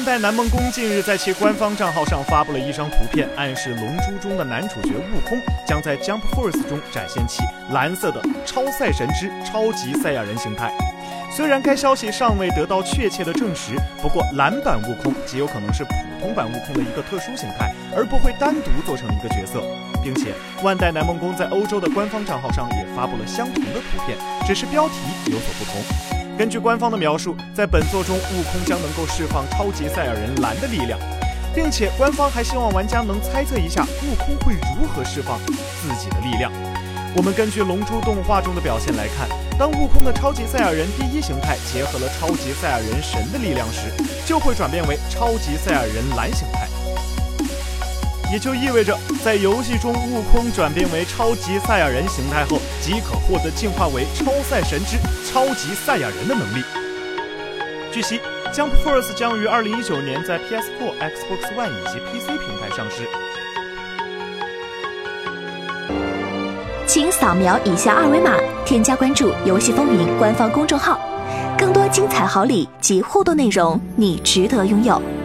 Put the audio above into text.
万代南梦宫近日在其官方账号上发布了一张图片，暗示《龙珠》中的男主角悟空将在 Jump Force 中展现其蓝色的超赛神之超级赛亚人形态。虽然该消息尚未得到确切的证实，不过蓝版悟空极有可能是普通版悟空的一个特殊形态，而不会单独做成一个角色。并且万代南梦宫在欧洲的官方账号上也发布了相同的图片，只是标题有所不同。根据官方的描述，在本作中悟空将能够释放超级赛亚人蓝的力量，并且官方还希望玩家能猜测一下悟空会如何释放自己的力量。我们根据龙珠动画中的表现来看，当悟空的超级赛亚人第一形态结合了超级赛亚人神的力量时，就会转变为超级赛亚人蓝形态，也就意味着在游戏中悟空转变为超级赛亚人形态后，即可获得进化为超赛神之超级赛亚人的能力。据悉 Jump Force 将于2019年在 PS4、Xbox One 以及 PC 平台上市。 请扫描以下二维码，添加关注游戏风云官方公众号，更多精彩好礼及互动内容，你值得拥有。